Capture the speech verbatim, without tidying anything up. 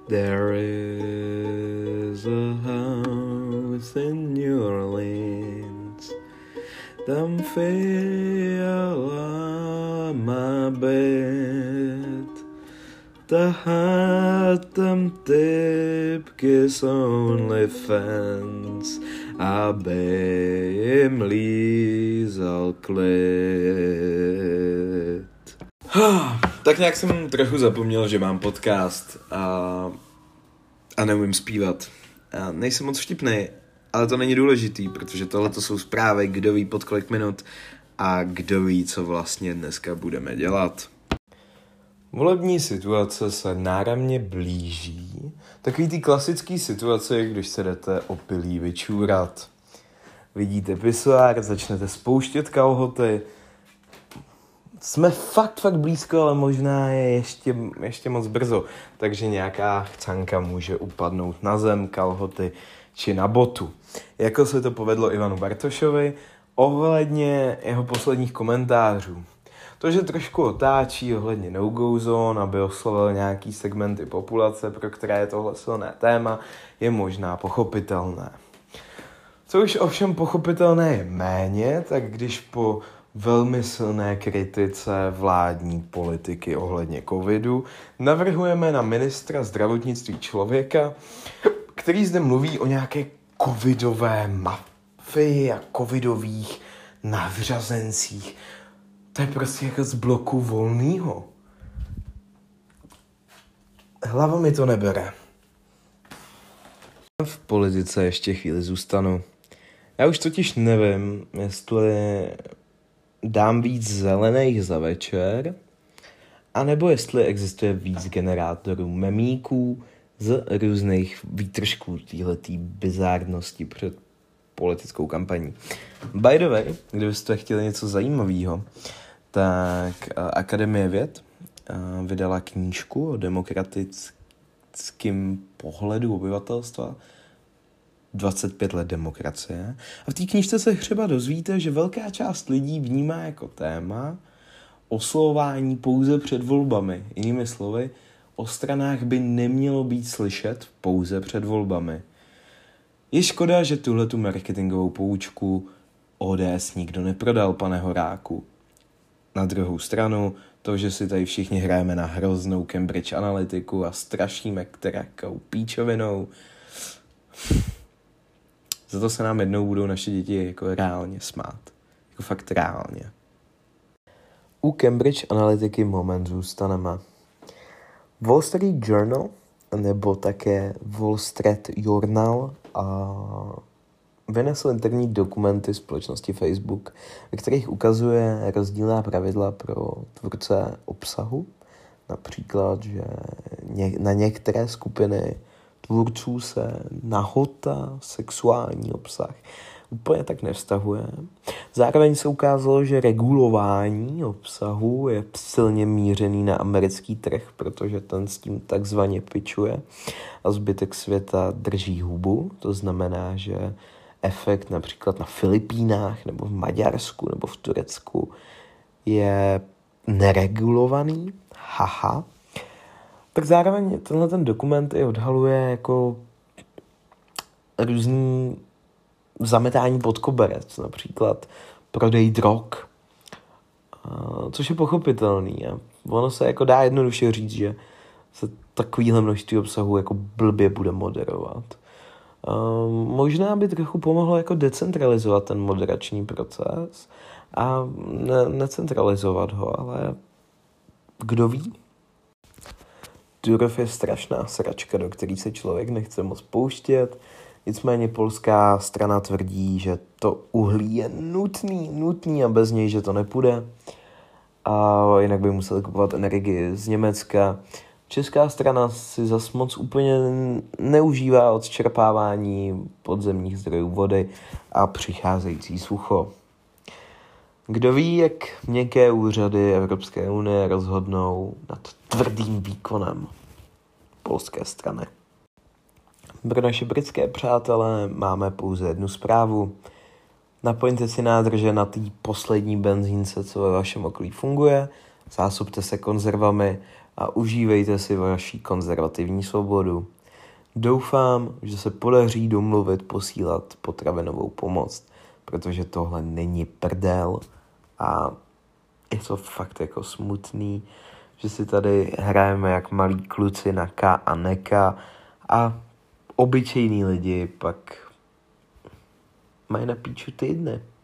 There is a house in New Orleans, tam fiala má být, tahá tam typky z OnlyFans, aby jim lízal klid. Tak nějak jsem trochu zapomněl, že mám podcast a, a neumím zpívat. A nejsem moc vtipnej, ale to není důležitý, protože tohle to jsou zprávy, kdo ví pod kolik minut a kdo ví, co vlastně dneska budeme dělat. Volební situace se náramně blíží. Takový ty klasický situace, když se jdete opilí vyčůrat. Vidíte pisoár, začnete spouštět kalhoty. Jsme fakt, fakt blízko, ale možná je ještě, ještě moc brzo. Takže nějaká chcanka může upadnout na zem, kalhoty či na botu. Jako se to povedlo Ivanu Bartošovi ohledně jeho posledních komentářů. To, že trošku otáčí ohledně no-go zone, aby oslovil nějaký segmenty populace, pro které je tohle silné téma, je možná pochopitelné. Co už ovšem pochopitelné je méně, tak když po velmi silné kritice vládní politiky ohledně covidu navrhujeme na ministra zdravotnictví člověka, který zde mluví o nějaké covidové mafii a covidových nadřazencích. To je prostě jako z bloku Volnýho. Hlava mi to nebere. V politice ještě chvíli zůstanu. Já už totiž nevím, jestli dám víc zelených za večer, anebo jestli existuje víc generátorů memíků z různých výtržků téhletý bizárnosti před politickou kampaní. By the way, kdybyste chtěli něco zajímavého, tak Akademie věd vydala knížku o demokratickém pohledu obyvatelstva dvacet pět let demokracie. A v té knížce se třeba dozvíte, že velká část lidí vnímá jako téma oslovování pouze před volbami. Jinými slovy, o stranách by nemělo být slyšet pouze před volbami. Je škoda, že tuhletu marketingovou poučku O D S nikdo neprodal, pane Horáku. Na druhou stranu, to, že si tady všichni hrajeme na hroznou Cambridge analytiku a strašíme kterakou píčovinou, za to se nám jednou budou naše děti jako reálně smát. Jako fakt reálně. U Cambridge analytiky moment zůstaneme. Wall Street Journal nebo také Wall Street Journal a vynesl interní dokumenty společnosti Facebook, ve kterých ukazuje rozdílná pravidla pro tvůrce obsahu. Například, že ně- na některé skupiny tvůrců se nahota, sexuální obsah úplně tak nevztahuje. Zároveň se ukázalo, že regulování obsahu je silně mířený na americký trh, protože ten s tím takzvaně pičuje a zbytek světa drží hubu. To znamená, že efekt například na Filipínách nebo v Maďarsku nebo v Turecku je neregulovaný. Haha. Tak zároveň tenhle ten dokument i odhaluje jako různý zametání pod koberec, například prodej drog, což je pochopitelný. A ono se jako dá jednoduše říct, že se takovýhle množství obsahu jako blbě bude moderovat. Možná by trochu pomohlo jako decentralizovat ten moderační proces a ne- necentralizovat ho, ale kdo ví? Durov je strašná sračka, do který se člověk nechce moc pouštět. Nicméně polská strana tvrdí, že to uhlí je nutný, nutný a bez něj, že to nepůjde. A jinak by museli kupovat energii z Německa. Česká strana si zas moc úplně neužívá odčerpávání podzemních zdrojů vody a přicházející sucho. Kdo ví, jak měkké úřady Evropské unie rozhodnou nad tvrdým výkonem polské strany. Pro naše britské přátelé máme pouze jednu zprávu. Naplňte si nádrže na té poslední benzínce, co ve vašem okolí funguje, zásobte se konzervami a užívejte si vaši konzervativní svobodu. Doufám, že se podaří domluvit posílat potravinovou pomoc, protože tohle není prdel a je to fakt jako smutný, že si tady hrajeme jak malí kluci na K a neka a obyčejní lidi pak mají na píču týdny.